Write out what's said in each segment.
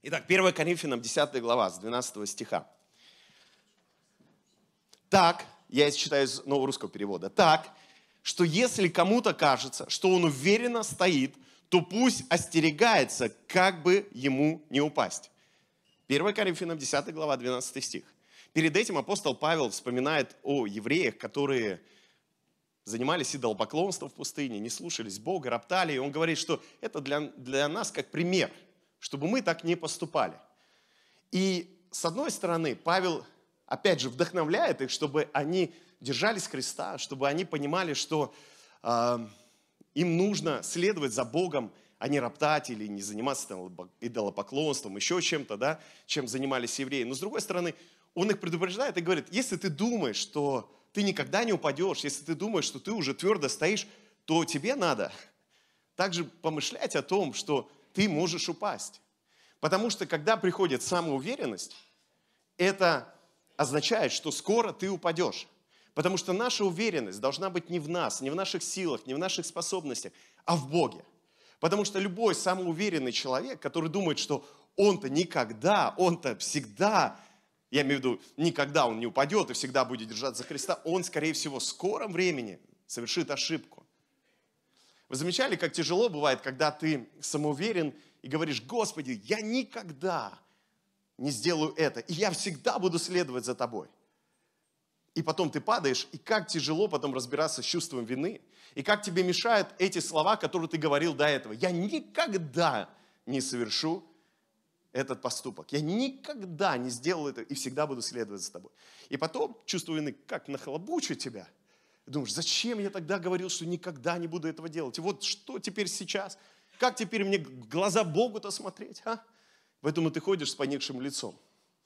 Итак, 1 Коринфянам 10 глава, с 12 стиха. Так, я читаю из нового русского перевода, так, что если кому-то кажется, что он уверенно стоит, то пусть остерегается, как бы ему не упасть. 1 Коринфянам 10 глава, 12 стих. Перед этим апостол Павел вспоминает о евреях, которые занимались идолопоклонством в пустыне, не слушались Бога, роптали. И он говорит, что это для нас как пример, чтобы мы так не поступали. И с одной стороны, Павел, опять же, вдохновляет их, чтобы они держались креста, чтобы они понимали, что им нужно следовать за Богом, а не роптать или не заниматься идолопоклонством, еще чем-то, да, чем занимались евреи. Но с другой стороны, он их предупреждает и говорит, если ты думаешь, что ты никогда не упадешь, если ты думаешь, что ты уже твердо стоишь, то тебе надо также помышлять о том, что ты можешь упасть. Потому что когда приходит самоуверенность, это означает, что скоро ты упадешь. Потому что наша уверенность должна быть не в нас, не в наших силах, не в наших способностях, а в Боге. Потому что любой самоуверенный человек, который думает, что он-то никогда, он-то всегда, я имею в виду, никогда он не упадет и всегда будет держаться за Христа, он, скорее всего, в скором времени совершит ошибку. Вы замечали, как тяжело бывает, когда ты самоуверен и говоришь, Господи, я никогда не сделаю это, и я всегда буду следовать за Тобой. И потом ты падаешь, и как тяжело потом разбираться с чувством вины, и как тебе мешают эти слова, которые ты говорил до этого. Я никогда не совершу этот поступок, я никогда не сделаю это, и всегда буду следовать за тобой. И потом чувство вины как нахлобучит тебя. Думаешь, зачем я тогда говорил, что никогда не буду этого делать? И вот что теперь сейчас? Как теперь мне в глаза Богу-то смотреть? А? Поэтому ты ходишь с поникшим лицом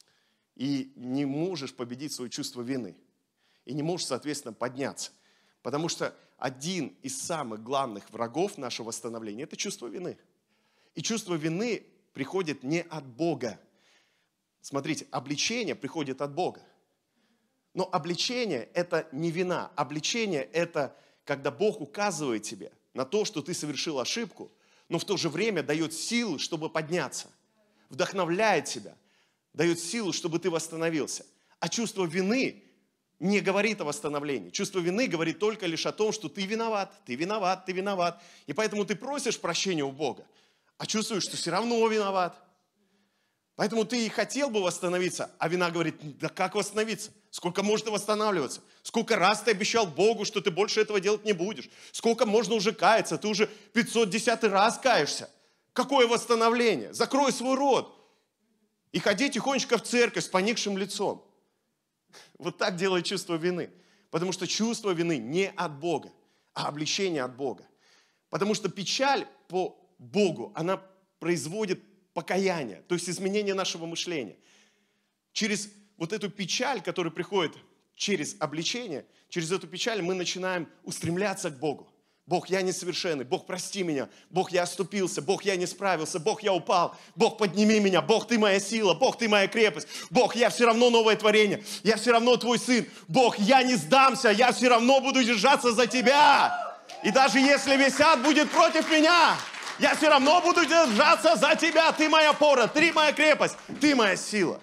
и не можешь победить свое чувство вины. И не можешь, соответственно, подняться. Потому что один из самых главных врагов нашего восстановления – это чувство вины. И чувство вины приходит не от Бога. Смотрите, обличение приходит от Бога. Но обличение – это не вина. Обличение – это когда Бог указывает тебе на то, что ты совершил ошибку, но в то же время дает силы, чтобы подняться. Вдохновляет тебя, дает силу, чтобы ты восстановился. А чувство вины не говорит о восстановлении. Чувство вины говорит только лишь о том, что ты виноват, ты виноват, ты виноват. И поэтому ты просишь прощения у Бога, а чувствуешь, что все равно виноват. Поэтому ты и хотел бы восстановиться, а вина говорит, да как восстановиться? Сколько можно восстанавливаться? Сколько раз ты обещал Богу, что ты больше этого делать не будешь? Сколько можно уже каяться? Ты уже 510 раз каешься. Какое восстановление? Закрой свой рот и ходи тихонечко в церковь с поникшим лицом. Вот так делает чувство вины. Потому что чувство вины не от Бога, а обличение от Бога. Потому что печаль по Богу, она производит покаяние, то есть изменение нашего мышления. Через вот эту печаль, которая приходит через обличение, через эту печаль мы начинаем устремляться к Богу. Бог, я несовершенный, Бог, прости меня, Бог, я оступился, Бог, я не справился, Бог, я упал, Бог, подними меня, Бог, ты моя сила, Бог, ты моя крепость, Бог, я все равно новое творение, я все равно твой сын, Бог, я не сдамся, я все равно буду держаться за тебя. И даже если весь ад будет против меня, я все равно буду держаться за тебя, ты моя опора, ты моя крепость, ты моя сила.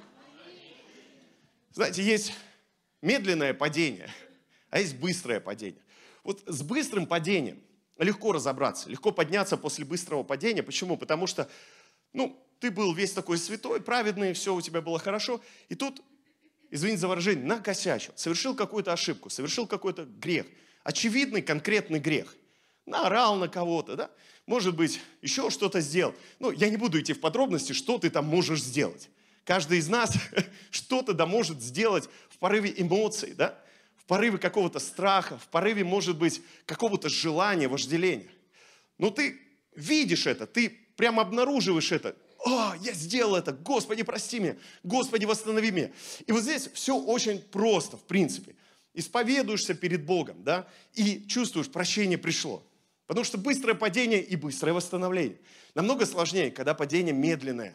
Знаете, есть медленное падение, а есть быстрое падение. Вот с быстрым падением легко разобраться, легко подняться после быстрого падения. Почему? Потому что, ты был весь такой святой, праведный, все у тебя было хорошо. И тут, извините за выражение, накосячил, совершил какую-то ошибку, совершил какой-то грех. Очевидный, конкретный грех. Наорал на кого-то, да? Может быть, еще что-то сделал. Я не буду идти в подробности, что ты там можешь сделать. Каждый из нас что-то может сделать в порыве эмоций, да? В порыве какого-то страха, в порыве, может быть, какого-то желания, вожделения. Но ты видишь это, ты прямо обнаруживаешь это. Я сделал это, Господи, прости меня, Господи, восстанови меня. И вот здесь все очень просто, в принципе. Исповедуешься перед Богом, да, и чувствуешь, прощение пришло. Потому что быстрое падение и быстрое восстановление. Намного сложнее, когда падение медленное.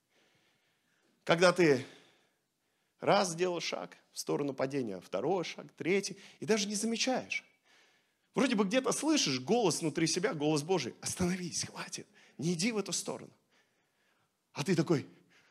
Когда ты раз сделал шаг в сторону падения, второй шаг, третий, и даже не замечаешь. Вроде бы где-то слышишь голос внутри себя, голос Божий. Остановись, хватит, не иди в эту сторону. А ты такой,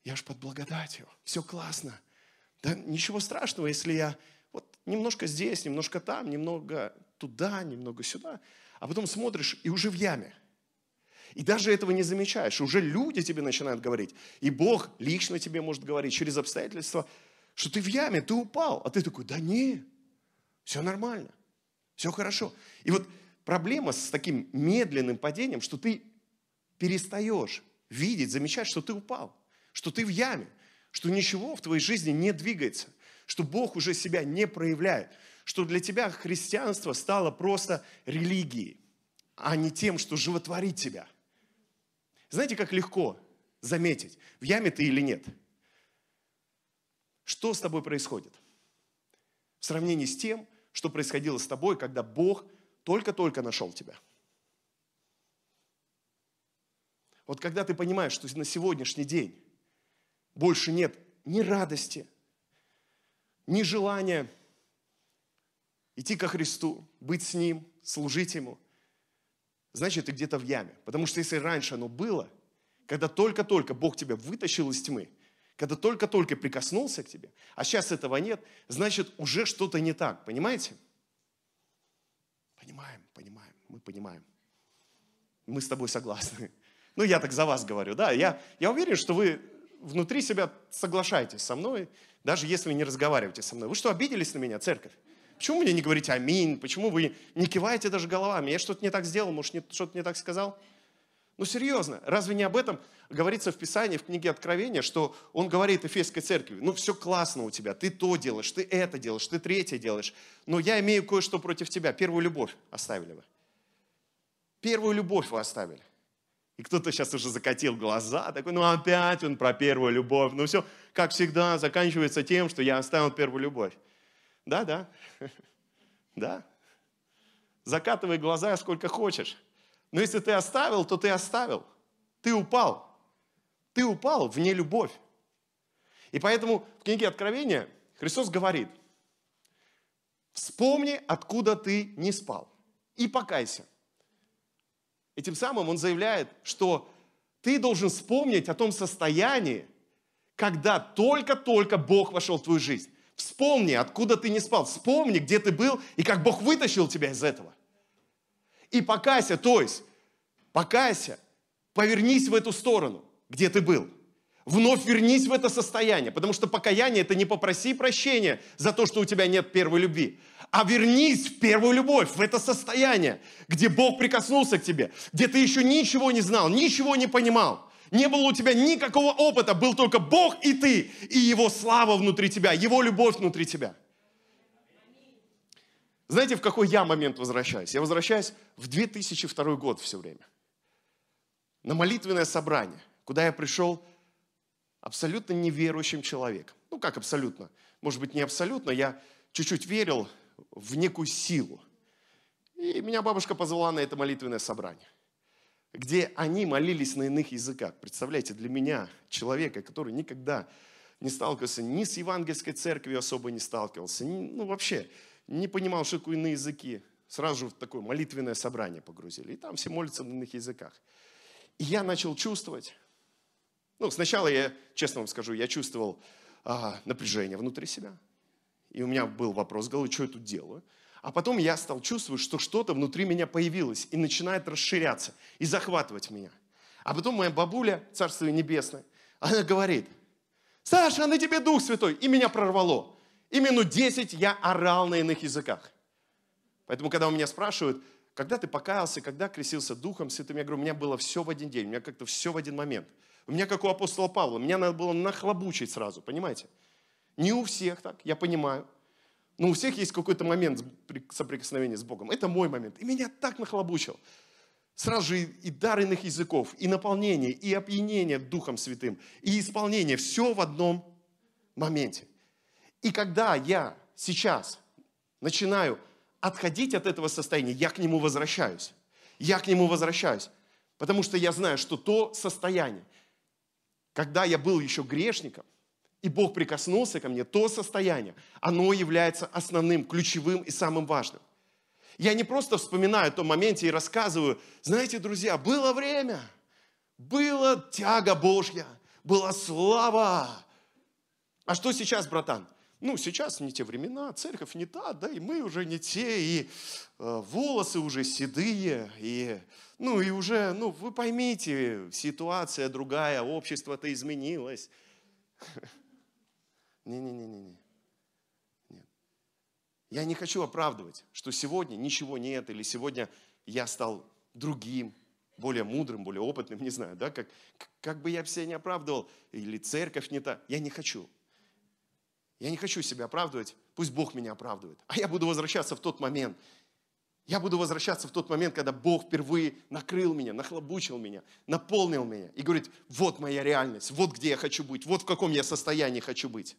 Я ж под благодатью, все классно. Да ничего страшного, если я вот немножко здесь, немножко там, немного туда, немного сюда. А потом смотришь и уже в яме. И даже этого не замечаешь. Уже люди тебе начинают говорить. И Бог лично тебе может говорить через обстоятельства, что ты в яме, ты упал. А ты такой, да не, все нормально, все хорошо. И вот проблема с таким медленным падением, что ты перестаешь видеть, замечать, что ты упал, что ты в яме, что ничего в твоей жизни не двигается, что Бог уже себя не проявляет, что для тебя христианство стало просто религией, а не тем, что животворит тебя. Знаете, как легко заметить, в яме ты или нет? Что с тобой происходит? В сравнении с тем, что происходило с тобой, когда Бог только-только нашел тебя. Вот когда ты понимаешь, что на сегодняшний день больше нет ни радости, ни желания идти ко Христу, быть с Ним, служить Ему, значит, ты где-то в яме. Потому что если раньше оно было, когда только-только Бог тебя вытащил из тьмы, когда только-только прикоснулся к тебе, а сейчас этого нет, значит, уже что-то не так. Понимаете? Понимаем, мы понимаем. Мы с тобой согласны. Ну, я так за вас говорю, да. Я уверен, что вы внутри себя соглашаетесь со мной, даже если не разговариваете со мной. Вы что, обиделись на меня, церковь? Почему мне не говорите аминь? Почему вы не киваете даже головами? Я что-то не так сделал, может, что-то не так сказал? Ну, серьезно, разве не об этом говорится в Писании, в книге Откровения, что он говорит Эфесской церкви, ну, все классно у тебя, ты то делаешь, ты это делаешь, ты третье делаешь, но я имею кое-что против тебя. Первую любовь оставили вы. Первую любовь вы оставили. И кто-то сейчас уже закатил глаза, такой, ну, опять он про первую любовь. Ну, все, как всегда, заканчивается тем, что я оставил первую любовь. Да. Да. Закатывай глаза сколько хочешь. Но если ты оставил, то ты оставил. Ты упал. Ты упал в нелюбовь. И поэтому в книге Откровения Христос говорит, вспомни, откуда ты не спал, и покайся. И тем самым он заявляет, что ты должен вспомнить о том состоянии, когда только-только Бог вошел в твою жизнь. Вспомни, откуда ты не спал. Вспомни, где ты был и как Бог вытащил тебя из этого. И покайся, то есть покайся, повернись в эту сторону, где ты был. Вновь вернись в это состояние, потому что покаяние – это не попроси прощения за то, что у тебя нет первой любви, а вернись в первую любовь, в это состояние, где Бог прикоснулся к тебе, где ты еще ничего не знал, ничего не понимал. Не было у тебя никакого опыта, был только Бог и ты, и Его слава внутри тебя, Его любовь внутри тебя. Знаете, в какой я момент возвращаюсь? Я возвращаюсь в 2002 год все время. На молитвенное собрание, куда я пришел абсолютно неверующим человеком. Ну, как абсолютно? Может быть, не абсолютно, я чуть-чуть верил в некую силу. И меня бабушка позвала на это молитвенное собрание, где они молились на иных языках. Представляете, для меня, человека, который никогда не сталкивался ни с евангельской церковью, особо не сталкивался, ну вообще не понимал, что такое иные языки. Сразу же в такое молитвенное собрание погрузили. И там все молятся на иных языках. И я начал чувствовать, ну сначала я, честно вам скажу, я чувствовал напряжение внутри себя. И у меня был вопрос в голове, что я тут делаю. А потом я стал чувствовать, что что-то внутри меня появилось и начинает расширяться и захватывать меня. А потом моя бабуля, Царство Небесное, она говорит, Саша, на тебе Дух Святой. И меня прорвало. И минут 10 я орал на иных языках. Поэтому, когда у меня спрашивают, когда ты покаялся, когда крестился Духом Святым, я говорю, у меня было все в один день, у меня как-то все в один момент. У меня, как у апостола Павла, меня надо было нахлобучить сразу, понимаете? Не у всех так, я понимаю. Но у всех есть какой-то момент соприкосновения с Богом. Это мой момент. И меня так нахлобучил. Сразу же и дар иных языков, и наполнение, и опьянение Духом Святым, и исполнение. Все в одном моменте. И когда я сейчас начинаю отходить от этого состояния, я к нему возвращаюсь. Я к нему возвращаюсь. Потому что я знаю, что то состояние, когда я был еще грешником, и Бог прикоснулся ко мне, то состояние, оно является основным, ключевым и самым важным. Я не просто вспоминаю о том моменте и рассказываю, знаете, друзья, было время, была тяга Божья, была слава. А что сейчас, братан? Ну, сейчас не те времена, церковь не та, да, и мы уже не те, и волосы уже седые, и уже, вы поймите, ситуация другая, общество-то изменилось. Не-не-не-не. Нет. Я не хочу оправдывать, что сегодня ничего нет, или сегодня я стал другим, более мудрым, более опытным, не знаю, да, как бы я себя не оправдывал, или церковь не та, я не хочу. Я не хочу себя оправдывать, пусть Бог меня оправдывает. А я буду возвращаться в тот момент. Я буду возвращаться в тот момент, когда Бог впервые накрыл меня, нахлобучил меня, наполнил меня. И говорит, вот моя реальность, вот где я хочу быть, вот в каком я состоянии хочу быть.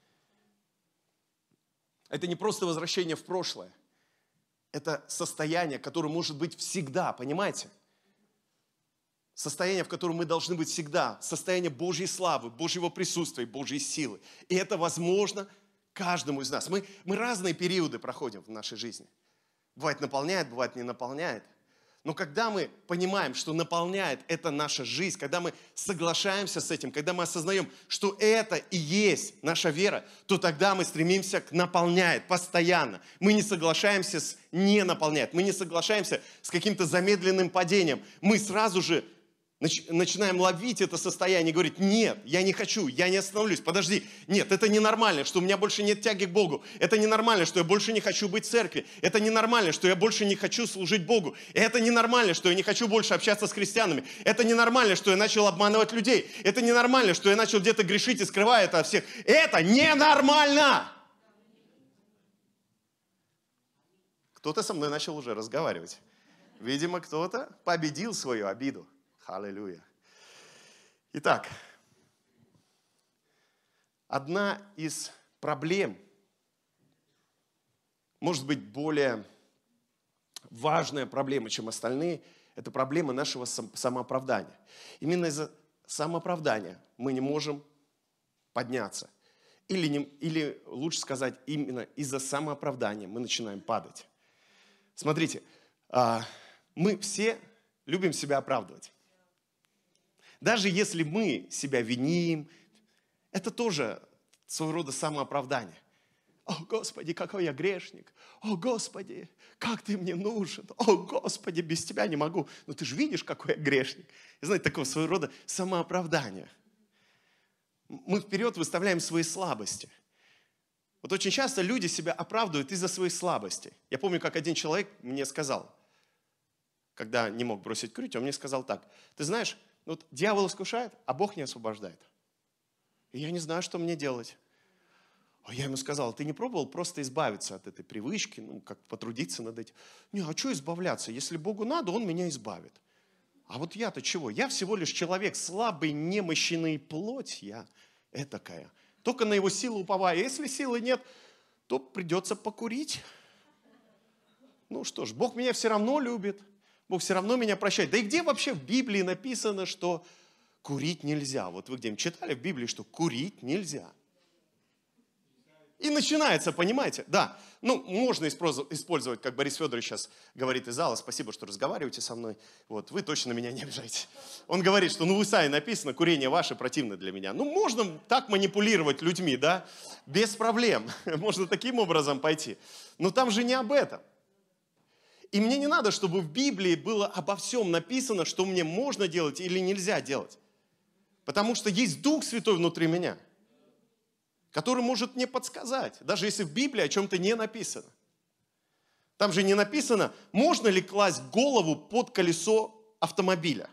Это не просто возвращение в прошлое. Это состояние, которое может быть всегда, понимаете? Состояние, в котором мы должны быть всегда. Состояние Божьей славы, Божьего присутствия, Божьей силы. И это возможно каждому из нас. Мы разные периоды проходим в нашей жизни. Бывает наполняет, бывает не наполняет. Но когда мы понимаем, что наполняет это наша жизнь, когда мы соглашаемся с этим, когда мы осознаем, что это и есть наша вера, то тогда мы стремимся к наполняет постоянно. Мы не соглашаемся с не наполняет, мы не соглашаемся с каким-то замедленным падением. Мы сразу же начинаем ловить это состояние и говорить, нет, я не хочу, я не остановлюсь, подожди, нет, это ненормально, что у меня больше нет тяги к Богу, это ненормально, что я больше не хочу быть в церкви, это ненормально, что я больше не хочу служить Богу, это ненормально, что я не хочу больше общаться с христианами, это ненормально, что я начал обманывать людей, это ненормально, что я начал где-то грешить и скрываю это от всех, это ненормально! Кто-то со мной начал уже разговаривать, видимо, кто-то победил свою обиду. Аллилуйя. Итак, одна из проблем, может быть, более важная проблема, чем остальные, это проблема нашего самооправдания. Именно из-за самооправдания мы не можем подняться. Или лучше сказать, именно из-за самооправдания мы начинаем падать. Смотрите, мы все любим себя оправдывать. Даже если мы себя виним, это тоже своего рода самооправдание. О, Господи, какой я грешник. О, Господи, как ты мне нужен. О, Господи, без тебя не могу. Но ты же видишь, какой я грешник. И знаете, такого своего рода самооправдание. Мы вперед выставляем свои слабости. Вот очень часто люди себя оправдывают из-за своих слабостей. Я помню, как один человек мне сказал, когда не мог бросить курить, он мне сказал так. Ты знаешь, вот дьявол искушает, а Бог не освобождает. И я не знаю, что мне делать. А я ему сказал, ты не пробовал просто избавиться от этой привычки, как потрудиться над этим? Не, а что избавляться? Если Богу надо, Он меня избавит. А вот я-то чего? Я всего лишь человек слабый, немощный, плоть я этакая. Только на Его силу уповаю. Если силы нет, то придется покурить. Ну что ж, Бог меня все равно любит. Бог все равно меня прощает. Да и где вообще в Библии написано, что курить нельзя? Вот вы где-нибудь читали в Библии, что курить нельзя? И начинается, понимаете? Да, можно использовать, как Борис Федорович сейчас говорит из зала, спасибо, что разговариваете со мной, вот, вы точно меня не обижаете. Он говорит, что, вы сами написано, курение ваше противно для меня. Можно так манипулировать людьми, да, без проблем, можно таким образом пойти. Но там же не об этом. И мне не надо, чтобы в Библии было обо всем написано, что мне можно делать или нельзя делать. Потому что есть Дух Святой внутри меня, который может мне подсказать, даже если в Библии о чем-то не написано. Там же не написано, можно ли класть голову под колесо автомобиля.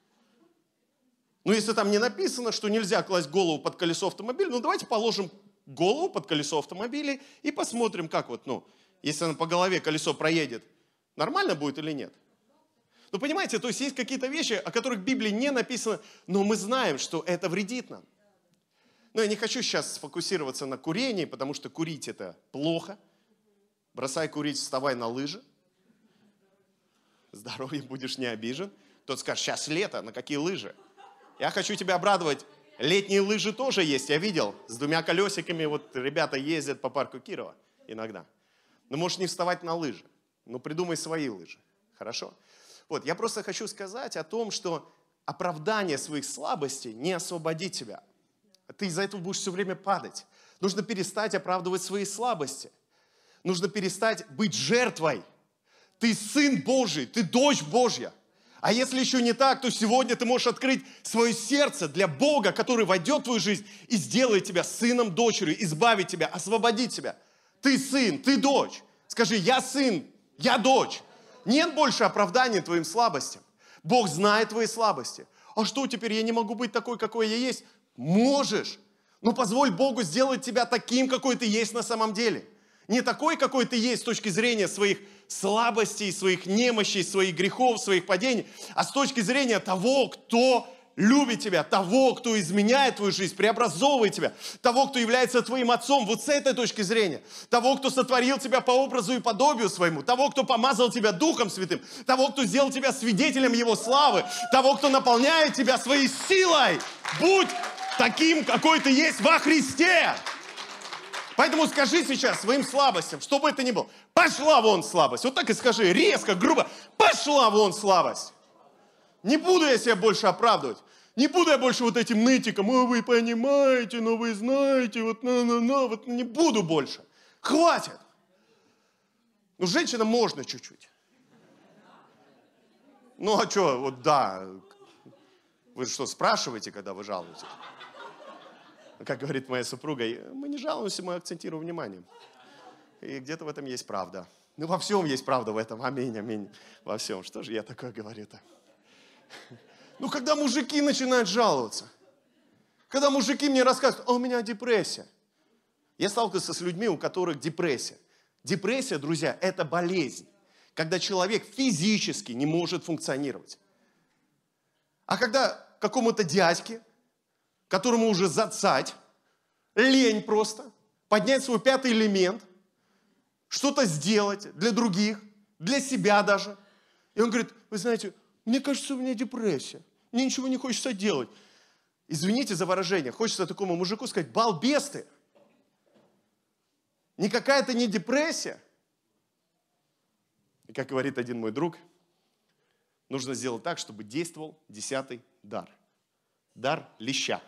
Если там не написано, что нельзя класть голову под колесо автомобиля, давайте положим голову под колесо автомобиля и посмотрим, как если она по голове колесо проедет, нормально будет или нет? Понимаете, то есть какие-то вещи, о которых в Библии не написано, но мы знаем, что это вредит нам. Но я не хочу сейчас сфокусироваться на курении, потому что курить это плохо. Бросай курить, вставай на лыжи. Здоровьем будешь не обижен. Тот скажет, сейчас лето, на какие лыжи? Я хочу тебя обрадовать. Летние лыжи тоже есть, я видел. С 2 колесиками ребята ездят по парку Кирова иногда. Но можешь не вставать на лыжи. Придумай свои лыжи. Хорошо? Я просто хочу сказать о том, что оправдание своих слабостей не освободит тебя. Ты из-за этого будешь все время падать. Нужно перестать оправдывать свои слабости. Нужно перестать быть жертвой. Ты сын Божий, ты дочь Божья. А если еще не так, то сегодня ты можешь открыть свое сердце для Бога, который войдет в твою жизнь и сделает тебя сыном, дочерью, избавит тебя, освободит тебя. Ты сын, ты дочь. Скажи, я сын, я дочь. Нет больше оправдания твоим слабостям. Бог знает твои слабости. А что теперь, я не могу быть такой, какой я есть? Можешь. Но позволь Богу сделать тебя таким, какой ты есть на самом деле. Не такой, какой ты есть с точки зрения своих слабостей, своих немощей, своих грехов, своих падений, а с точки зрения того, кто любит тебя, того, кто изменяет твою жизнь, преобразовывает тебя, того, кто является твоим отцом, вот с этой точки зрения, того, кто сотворил тебя по образу и подобию своему, того, кто помазал тебя Духом Святым, того, кто сделал тебя свидетелем Его славы, того, кто наполняет тебя своей силой. Будь таким, какой ты есть во Христе. Поэтому скажи сейчас своим слабостям, что бы это ни было, пошла вон слабость. Вот так и скажи, резко, грубо, пошла вон слабость. Не буду я себя больше оправдывать. Не буду я больше вот этим нытиком, вы понимаете, но вы знаете, вот вот не буду больше. Хватит. Ну, женщинам можно чуть-чуть. Ну, а что, вот да. Вы что, спрашиваете, когда вы жалуетесь? Как говорит моя супруга, мы не жалуемся, мы акцентируем внимание. И где-то в этом есть правда. Ну, во всем есть правда в этом. Аминь, аминь. Во всем. Что же я такое говорю-то? Ну, когда мужики начинают жаловаться. Когда мужики мне рассказывают, у меня депрессия. Я сталкивался с людьми, у которых депрессия. Депрессия, друзья, это болезнь. Когда человек физически не может функционировать. А когда какому-то дядьке, которому уже зацать, лень просто, поднять свой пятый элемент, что-то сделать для других, для себя даже. И он говорит, вы знаете, мне кажется, у меня депрессия, мне ничего не хочется делать. Извините за выражение, хочется такому мужику сказать, балбес ты. Никакая это не депрессия. И как говорит один мой друг, нужно сделать так, чтобы действовал 10-й дар. Дар леща.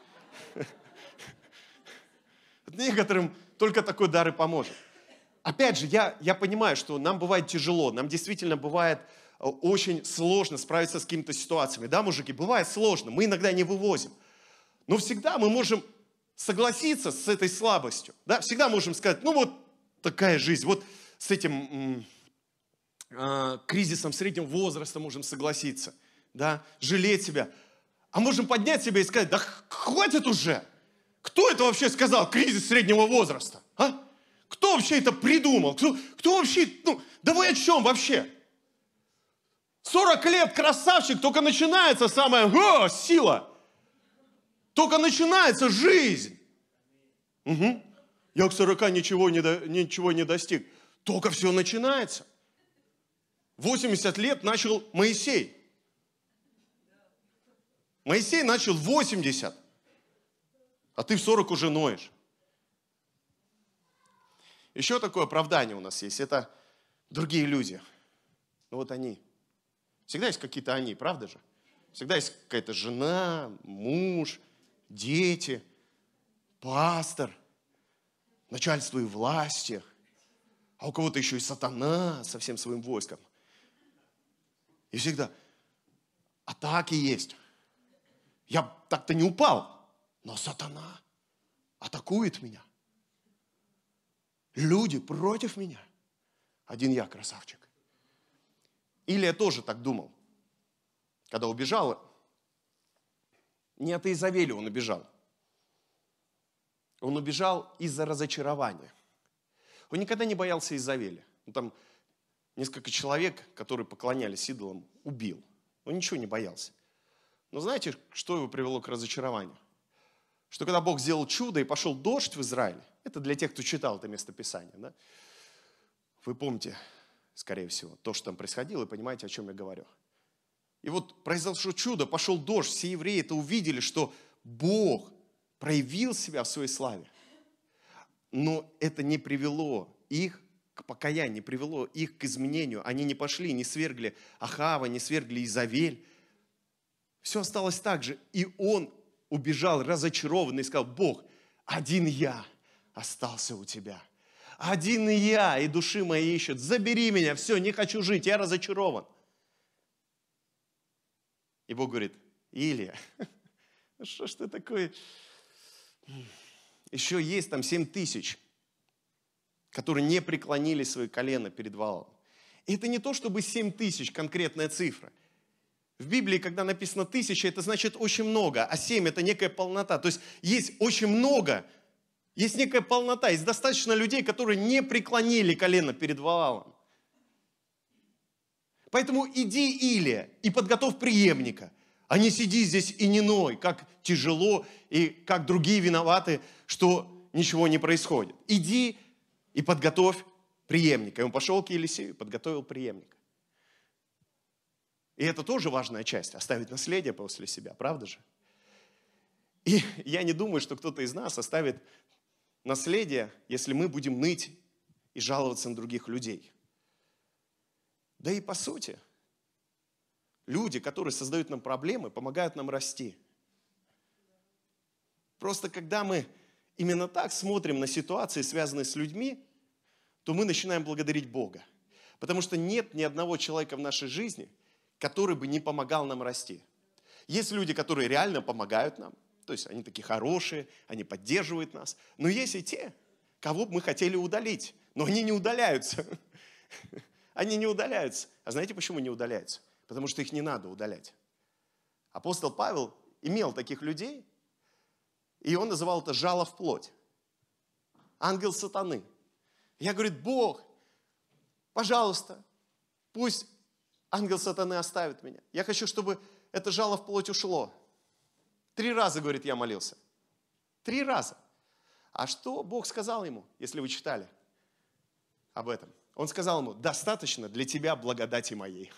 Некоторым только такой дар и поможет. Опять же, я понимаю, что нам бывает тяжело, нам действительно бывает очень сложно справиться с какими-то ситуациями. Да, мужики, бывает сложно, мы иногда не вывозим. Но всегда мы можем согласиться с этой слабостью. Да? Всегда можем сказать, ну вот такая жизнь, вот с этим кризисом среднего возраста можем согласиться, да? Жалеть себя. А можем поднять себя и сказать, да хватит уже. Кто это вообще сказал, кризис среднего возраста? А? Кто вообще это придумал? Кто вообще, да вы о чем вообще? 40 лет, красавчик, только начинается самая сила. Только начинается жизнь. Угу. Я к 40 ничего не достиг. Только все начинается. 80 лет начал Моисей. Моисей начал в 80, а ты в 40 уже ноешь. Еще такое оправдание у нас есть, это другие люди. Ну вот они. Всегда есть какие-то они, правда же? Всегда есть какая-то жена, муж, дети, пастор, начальство и власти, а у кого-то еще и сатана со всем своим войском. И всегда, а так и есть. Я так-то не упал, но сатана атакует меня. Люди против меня. Один я красавчик. Илия тоже так думал. Когда убежал, не от Иезавели он убежал. Он убежал из-за разочарования. Он никогда не боялся Иезавели. Там несколько человек, которые поклонялись идолам, убил. Он ничего не боялся. Но знаете, что его привело к разочарованию? Что когда Бог сделал чудо и пошел дождь в Израиле, это для тех, кто читал это местописание, да? Вы помните, скорее всего, то, что там происходило, и понимаете, о чем я говорю. И вот произошло чудо, пошел дождь, все евреи это увидели, что Бог проявил себя в своей славе. Но это не привело их к покаянию, не привело их к изменению. Они не пошли, не свергли Ахава, не свергли Иезавель. Все осталось так же. И он убежал разочарованный и сказал: Бог, один я остался у тебя. Один я, и души мои ищут. Забери меня, все, не хочу жить, я разочарован. И Бог говорит: Илия, ну что ж ты такой? Еще есть там 7000, которые не преклонили свои колена перед Ваалом. И это не то, чтобы 7000 конкретная цифра. В Библии, когда написано 1000, это значит очень много, а 7 это некая полнота. То есть есть очень много, есть некая полнота, есть достаточно людей, которые не преклонили колено перед Ваалом. Поэтому иди, Илия, и подготовь преемника, а не сиди здесь и не ной, как тяжело и как другие виноваты, что ничего не происходит. Иди и подготовь преемника. И он пошел к Елисею и подготовил преемника. И это тоже важная часть, оставить наследие после себя, правда же? И я не думаю, что кто-то из нас оставит наследие, если мы будем ныть и жаловаться на других людей. Да и по сути, люди, которые создают нам проблемы, помогают нам расти. Просто когда мы именно так смотрим на ситуации, связанные с людьми, то мы начинаем благодарить Бога. Потому что нет ни одного человека в нашей жизни, который бы не помогал нам расти. Есть люди, которые реально помогают нам, то есть они такие хорошие, они поддерживают нас. Но есть и те, кого бы мы хотели удалить, но они не удаляются. Они не удаляются. А знаете, почему не удаляются? Потому что их не надо удалять. Апостол Павел имел таких людей, и он называл это «жало в плоть». Ангел сатаны. Я говорю: Бог, пожалуйста, пусть ангел сатаны оставит меня. Я хочу, чтобы это жало в плоть ушло. 3 раза, говорит, я молился. 3 раза. А что Бог сказал ему, если вы читали об этом? Он сказал ему: достаточно для тебя благодати моей.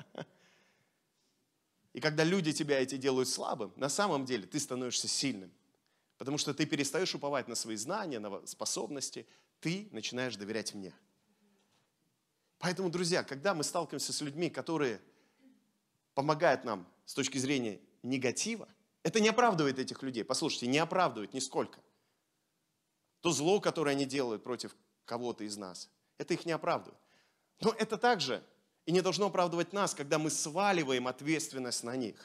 И когда люди тебя эти делают слабым, на самом деле ты становишься сильным. Потому что ты перестаешь уповать на свои знания, на способности, ты начинаешь доверять мне. Поэтому, друзья, когда мы сталкиваемся с людьми, которые помогают нам с точки зрения негатива, это не оправдывает этих людей. Послушайте, не оправдывает нисколько. То зло, которое они делают против кого-то из нас, это их не оправдывает. Но это также и не должно оправдывать нас, когда мы сваливаем ответственность на них.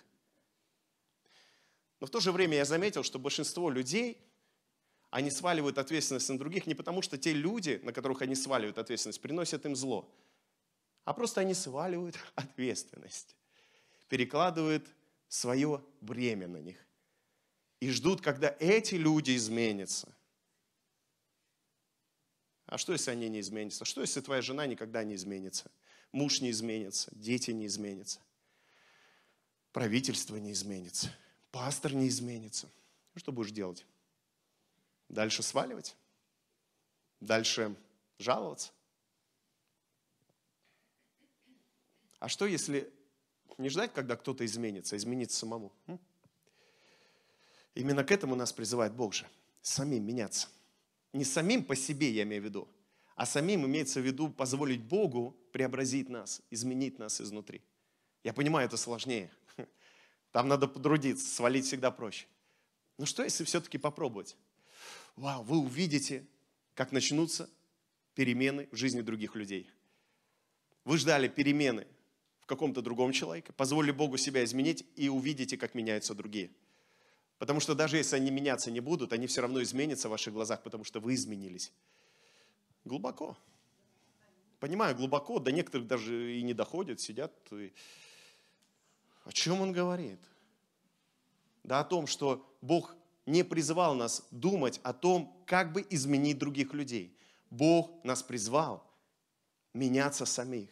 Но в то же время я заметил, что большинство людей, они сваливают ответственность на других не потому, что те люди, на которых они сваливают ответственность, приносят им зло, а просто они сваливают ответственность, перекладывают свое бремя на них и ждут, когда эти люди изменятся. А что, если они не изменятся? Что, если твоя жена никогда не изменится? Муж не изменится, дети не изменятся, правительство не изменится, пастор не изменится. Что будешь делать? Дальше сваливать? Дальше жаловаться? А что, если не ждать, когда кто-то изменится, а измениться самому? Именно к этому нас призывает Бог же. Самим меняться. Не самим по себе, я имею в виду, а самим имеется в виду позволить Богу преобразить нас, изменить нас изнутри. Я понимаю, это сложнее. Там надо потрудиться, свалить всегда проще. Но что, если все-таки попробовать? Вау, вы увидите, как начнутся перемены в жизни других людей. Вы ждали перемены в каком-то другом человеке, позволили Богу себя изменить и увидите, как меняются другие. Потому что даже если они меняться не будут, они все равно изменятся в ваших глазах, потому что вы изменились. Глубоко. Понимаю, глубоко, до некоторых даже и не доходят, сидят. И... О чем он говорит? Да о том, что Бог не призывал нас думать о том, как бы изменить других людей. Бог нас призвал меняться самих.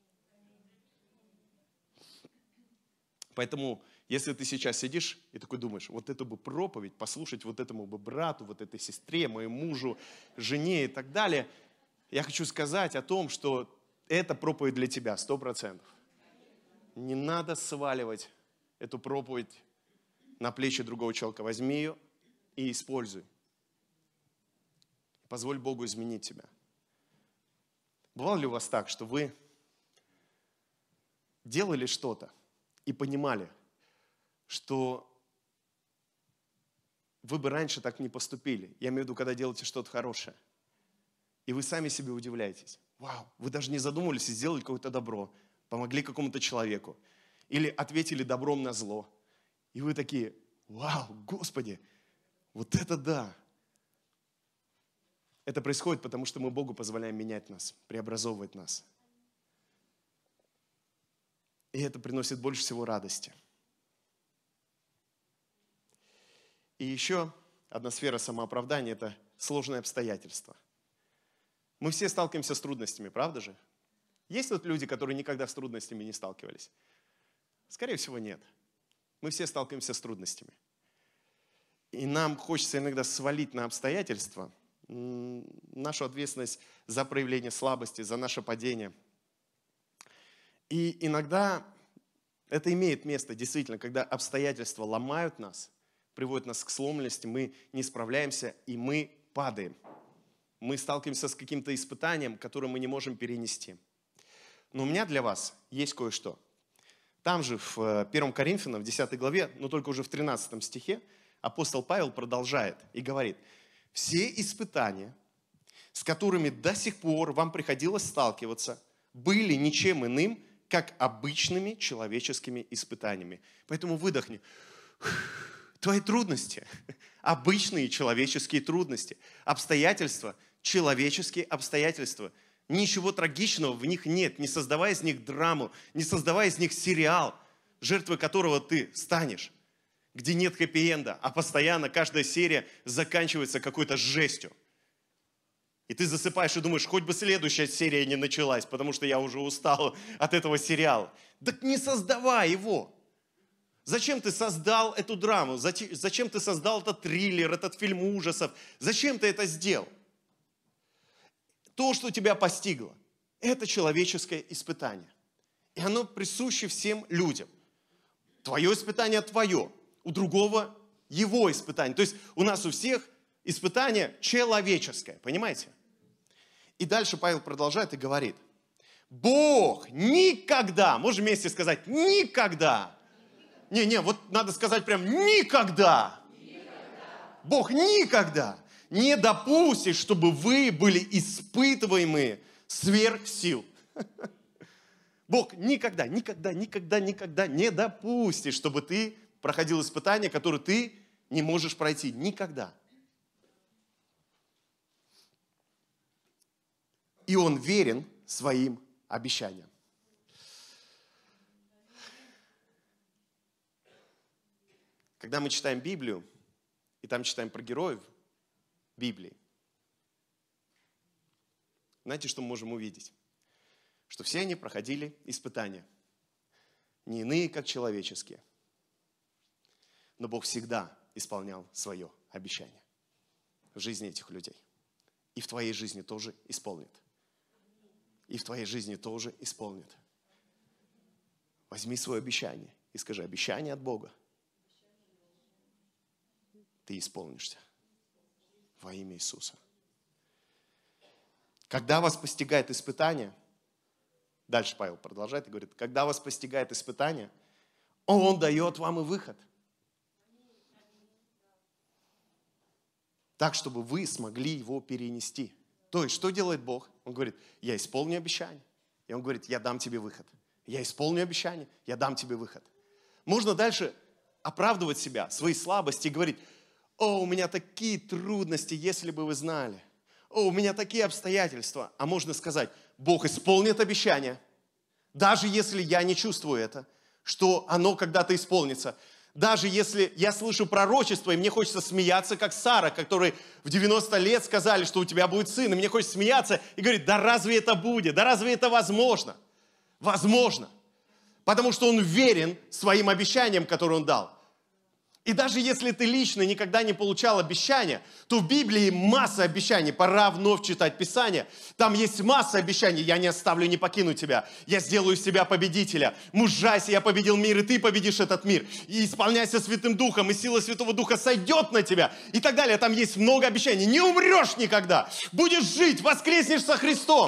Поэтому, если ты сейчас сидишь и такой думаешь: вот эту бы проповедь послушать вот этому бы брату, вот этой сестре, моему мужу, жене и так далее, я хочу сказать о том, что это проповедь для тебя, 100%. Не надо сваливать эту проповедь на плечи другого человека. Возьми ее и используй. Позволь Богу изменить тебя. Бывало ли у вас так, что вы делали что-то и понимали, что вы бы раньше так не поступили. Я имею в виду, когда делаете что-то хорошее. И вы сами себе удивляетесь. Вау, вы даже не задумывались и сделали какое-то добро, помогли какому-то человеку. Или ответили добром на зло. И вы такие, вау, Господи, вот это да. Это происходит, потому что мы Богу позволяем менять нас, преобразовывать нас. И это приносит больше всего радости. И еще одна сфера самооправдания – это сложные обстоятельства. Мы все сталкиваемся с трудностями, правда же? Есть вот люди, которые никогда с трудностями не сталкивались? Скорее всего, нет. Мы все сталкиваемся с трудностями. И нам хочется иногда свалить на обстоятельства нашу ответственность за проявление слабости, за наше падение. И иногда это имеет место, действительно, когда обстоятельства ломают нас, приводят нас к сломленности, мы не справляемся, и мы падаем. Мы сталкиваемся с каким-то испытанием, которое мы не можем перенести. Но у меня для вас есть кое-что. Там же в 1 Коринфянам, в 10 главе, но только уже в 13 стихе, апостол Павел продолжает и говорит: «Все испытания, с которыми до сих пор вам приходилось сталкиваться, были ничем иным, как обычными человеческими испытаниями». Поэтому выдохни. Твои трудности, обычные человеческие трудности, обстоятельства, человеческие обстоятельства. Ничего трагичного в них нет, не создавая из них драму, не создавая из них сериал, жертвой которого ты станешь, где нет хэппи-энда, а постоянно каждая серия заканчивается какой-то жестью. И ты засыпаешь и думаешь, хоть бы следующая серия не началась, потому что я уже устал от этого сериала. Так не создавай его. Зачем ты создал эту драму? Зачем ты создал этот триллер, этот фильм ужасов? Зачем ты это сделал? То, что тебя постигло, это человеческое испытание. И оно присуще всем людям. Твое испытание твое, у другого его испытание. То есть у нас у всех испытание человеческое, понимаете? И дальше Павел продолжает и говорит: Бог никогда, можем вместе сказать, никогда. Не, вот надо сказать прям никогда. Бог никогда не допустит, чтобы вы были испытываемы сверх сил. Бог никогда не допустит, чтобы ты проходил испытания, которые ты не можешь пройти. Никогда. И Он верен своим обещаниям. Когда мы читаем Библию, и там читаем про героев Библии, знаете, что мы можем увидеть? Что все они проходили испытания. Не иные, как человеческие. Но Бог всегда исполнял свое обещание в жизни этих людей. И в твоей жизни тоже исполнит. И в твоей жизни тоже исполнит. Возьми свое обещание и скажи: обещание от Бога. Ты исполнишься во имя Иисуса. Когда вас постигает испытание, дальше Павел продолжает и говорит: когда вас постигает испытание, Он дает вам и выход. Так, чтобы вы смогли его перенести. То есть, что делает Бог? Он говорит: я исполню обещание. И Он говорит: я дам тебе выход. Я исполню обещание, я дам тебе выход. Можно дальше оправдывать себя, свои слабости и говорить: о, у меня такие трудности, если бы вы знали. О, у меня такие обстоятельства. А можно сказать: Бог исполнит обещание, даже если я не чувствую это, что оно когда-то исполнится. Даже если я слышу пророчество, и мне хочется смеяться, как Сара, которой в 90 лет сказали, что у тебя будет сын, и мне хочется смеяться и говорить: да разве это будет? Да разве это возможно? Возможно. Потому что Он верен своим обещаниям, которые Он дал. И даже если ты лично никогда не получал обещания, то в Библии масса обещаний. Пора вновь читать Писание. Там есть масса обещаний. Я не оставлю, не покину тебя. Я сделаю из тебя победителя. Мужайся, я победил мир, и ты победишь этот мир. И исполняйся Святым Духом, и сила Святого Духа сойдет на тебя. И так далее. Там есть много обещаний. Не умрешь никогда. Будешь жить, воскреснешь со Христом.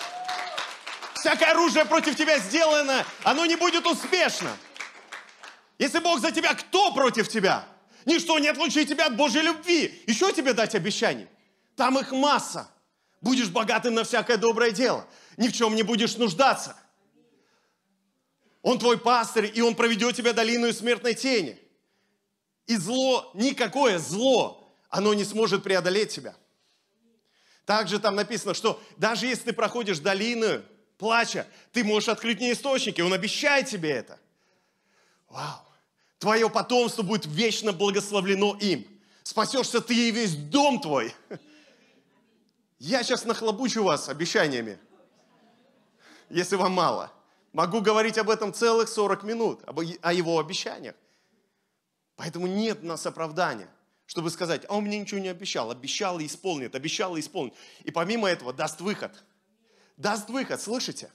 Всякое оружие против тебя сделано, оно не будет успешно. Если Бог за тебя, кто против тебя? Ничто не отлучит тебя от Божьей любви. Еще тебе дать обещаний. Там их масса. Будешь богатым на всякое доброе дело. Ни в чем не будешь нуждаться. Он твой пастырь, и Он проведет тебя долиною смертной тени. И зло, никакое зло, оно не сможет преодолеть тебя. Также там написано, что даже если ты проходишь долину плача, ты можешь открыть в ней источники. Он обещает тебе это. Вау! Твое потомство будет вечно благословлено им. Спасешься ты и весь дом твой. Я сейчас нахлобучу вас обещаниями, если вам мало. Могу говорить об этом целых 40 минут, о его обещаниях. Поэтому нет у нас оправдания, чтобы сказать, а он мне ничего не обещал. Обещал и исполнит, обещал и исполнит. И помимо этого даст выход. Даст выход, слышите?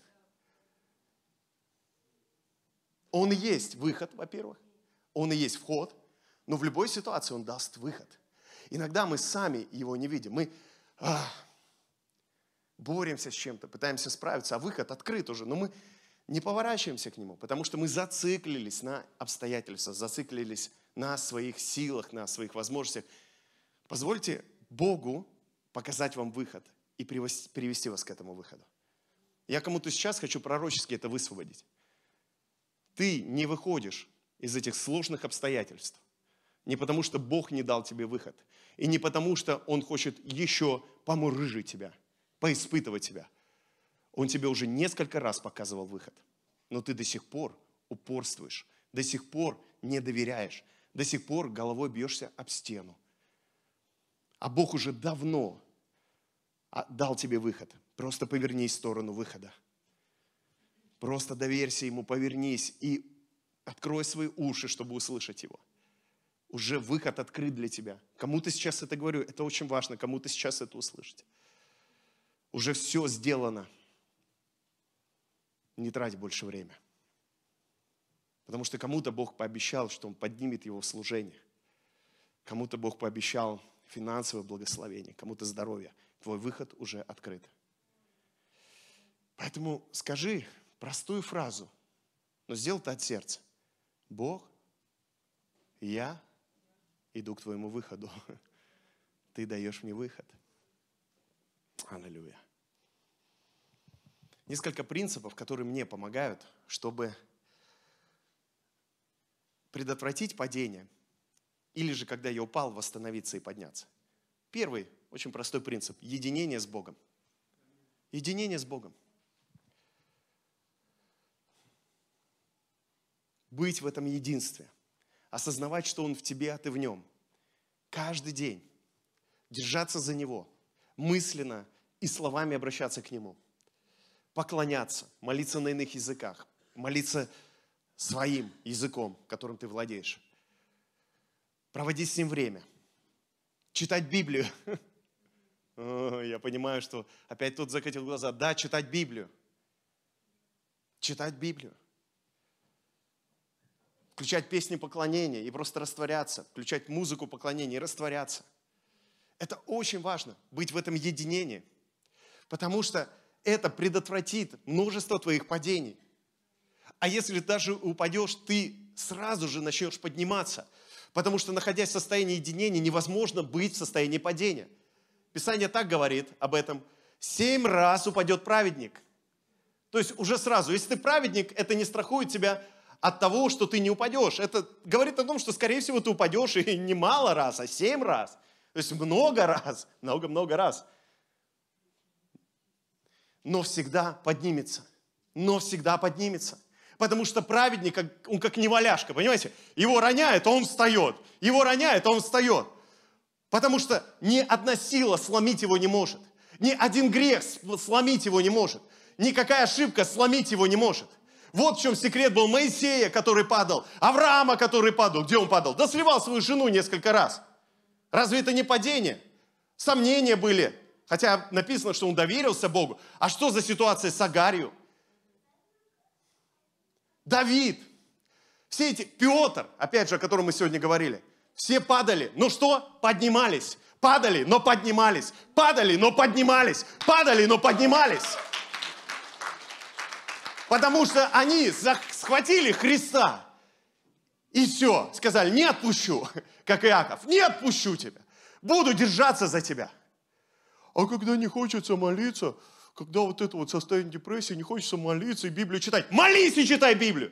Он и есть выход, во-первых. Он и есть вход. Но в любой ситуации он даст выход. Иногда мы сами его не видим. Мы боремся с чем-то, пытаемся справиться, а выход открыт уже. Но мы не поворачиваемся к нему, потому что мы зациклились на обстоятельствах, зациклились на своих силах, на своих возможностях. Позвольте Богу показать вам выход и привести вас к этому выходу. Я кому-то сейчас хочу пророчески это высвободить. Ты не выходишь из этих сложных обстоятельств не потому, что Бог не дал тебе выход, и не потому, что Он хочет еще помурыжить тебя, поиспытывать тебя. Он тебе уже несколько раз показывал выход, но ты до сих пор упорствуешь, до сих пор не доверяешь, до сих пор головой бьешься об стену. А Бог уже давно дал тебе выход. Просто повернись в сторону выхода. Просто доверься Ему, повернись и открой свои уши, чтобы услышать Его. Уже выход открыт для тебя. Кому-то сейчас это говорю, это очень важно, кому-то сейчас это услышать. Уже все сделано. Не трать больше время. Потому что кому-то Бог пообещал, что Он поднимет его в служение. Кому-то Бог пообещал финансовое благословение, кому-то здоровье. Твой выход уже открыт. Поэтому скажи простую фразу, но сделай это от сердца. Бог, я иду к Твоему выходу. Ты даешь мне выход. Аллилуйя. Несколько принципов, которые мне помогают, чтобы предотвратить падение, или же, когда я упал, восстановиться и подняться. Первый, очень простой принцип – единение с Богом. Единение с Богом. Быть в этом единстве. Осознавать, что Он в тебе, а ты в Нем. Каждый день. Держаться за Него. Мысленно и словами обращаться к Нему. Поклоняться, молиться на иных языках. Молиться своим языком, которым ты владеешь. Проводить с Ним время. Читать Библию. Я понимаю, что опять тут закатил глаза. Да, читать Библию. Читать Библию. Включать песни поклонения и просто растворяться. Включать музыку поклонения и растворяться. Это очень важно, быть в этом единении. Потому что это предотвратит множество твоих падений. А если даже упадешь, ты сразу же начнешь подниматься. Потому что, находясь в состоянии единения, невозможно быть в состоянии падения. Писание так говорит об этом. 7 раз упадет праведник. То есть уже сразу, если ты праведник, это не страхует тебя от того, что ты не упадешь. Это говорит о том, что, скорее всего, ты упадешь и не мало раз, а 7 раз. То есть много раз, много-много раз. Но всегда поднимется. Но всегда поднимется. Потому что праведник, он как неваляшка, понимаете? Его роняет, а он встает. Его роняет, а он встает. Потому что ни одна сила сломить его не может. Ни один грех сломить его не может. Никакая ошибка сломить его не может. Вот в чем секрет был Моисея, который падал. Авраама, который падал. Где он падал? Да сливал свою жену несколько раз. Разве это не падение? Сомнения были. Хотя написано, что он доверился Богу. А что за ситуация с Агарью? Давид. Все эти, Петр, опять же, о котором мы сегодня говорили. Все падали. Но что? Поднимались. Падали, но поднимались. Падали, но поднимались. Падали, но поднимались. Потому что они схватили Христа. И все, сказали, не отпущу, как Иаков, не отпущу тебя, буду держаться за тебя. А когда не хочется молиться, когда вот это вот состояние депрессии, не хочется молиться и Библию читать, молись и читай Библию.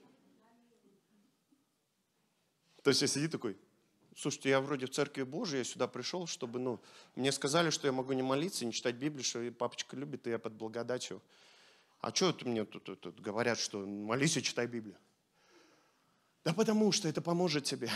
То есть я сидит такой, слушайте, я вроде в Церкви Божией, я сюда пришел, чтобы, мне сказали, что я могу не молиться, не читать Библию, что папочка любит, и я под благодатью. А что это мне тут говорят, что молись и читай Библию? Да потому что это поможет тебе.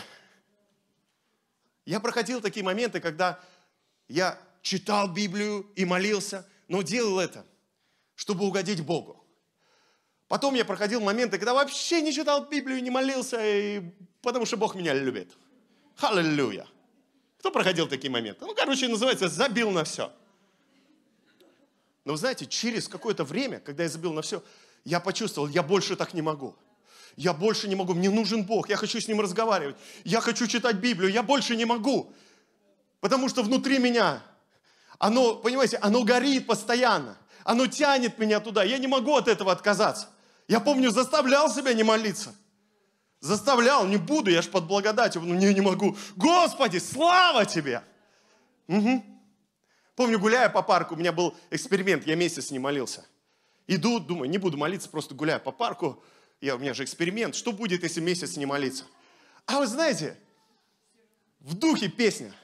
Я проходил такие моменты, когда я читал Библию и молился, но делал это, чтобы угодить Богу. Потом я проходил моменты, когда вообще не читал Библию, не молился, потому что Бог меня любит. Аллилуйя. Кто проходил такие моменты? Называется, забил на все. Но вы знаете, через какое-то время, когда я забил на все, я почувствовал, я больше так не могу. Я больше не могу, мне нужен Бог, я хочу с Ним разговаривать, я хочу читать Библию, я больше не могу. Потому что внутри меня, оно, понимаете, оно горит постоянно, оно тянет меня туда, я не могу от этого отказаться. Я помню, заставлял себя не молиться. Заставлял, не буду, я ж под благодатью, не могу. Господи, слава Тебе! Угу. Помню, гуляя по парку, у меня был эксперимент, я месяц не молился. Иду, думаю, не буду молиться, просто гуляю по парку. У меня же эксперимент, что будет, если месяц не молиться? А вы знаете, в духе песня.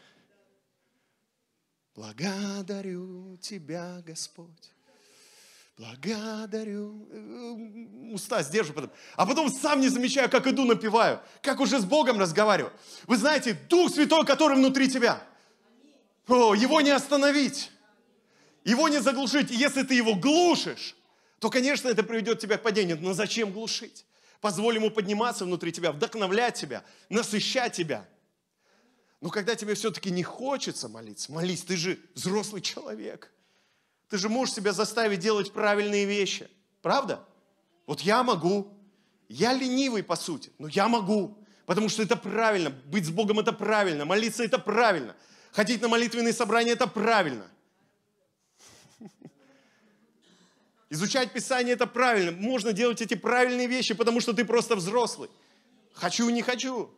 Благодарю Тебя, Господь. Благодарю. Уста сдержу потом. А потом сам не замечаю, как иду, напеваю. Как уже с Богом разговариваю. Вы знаете, Дух Святой, который внутри тебя. Его не остановить. Его не заглушить. И если ты его глушишь, то, конечно, это приведет тебя к падению. Но зачем глушить? Позволь ему подниматься внутри тебя, вдохновлять тебя, насыщать тебя. Но когда тебе все-таки не хочется молиться, молись, ты же взрослый человек. Ты же можешь себя заставить делать правильные вещи. Правда? Вот я могу. Я ленивый, по сути, но я могу. Потому что это правильно. Быть с Богом – это правильно. Молиться – это правильно. Ходить на молитвенные собрания – это правильно. Изучать Писание – это правильно. Можно делать эти правильные вещи, потому что ты просто взрослый. Хочу, не хочу.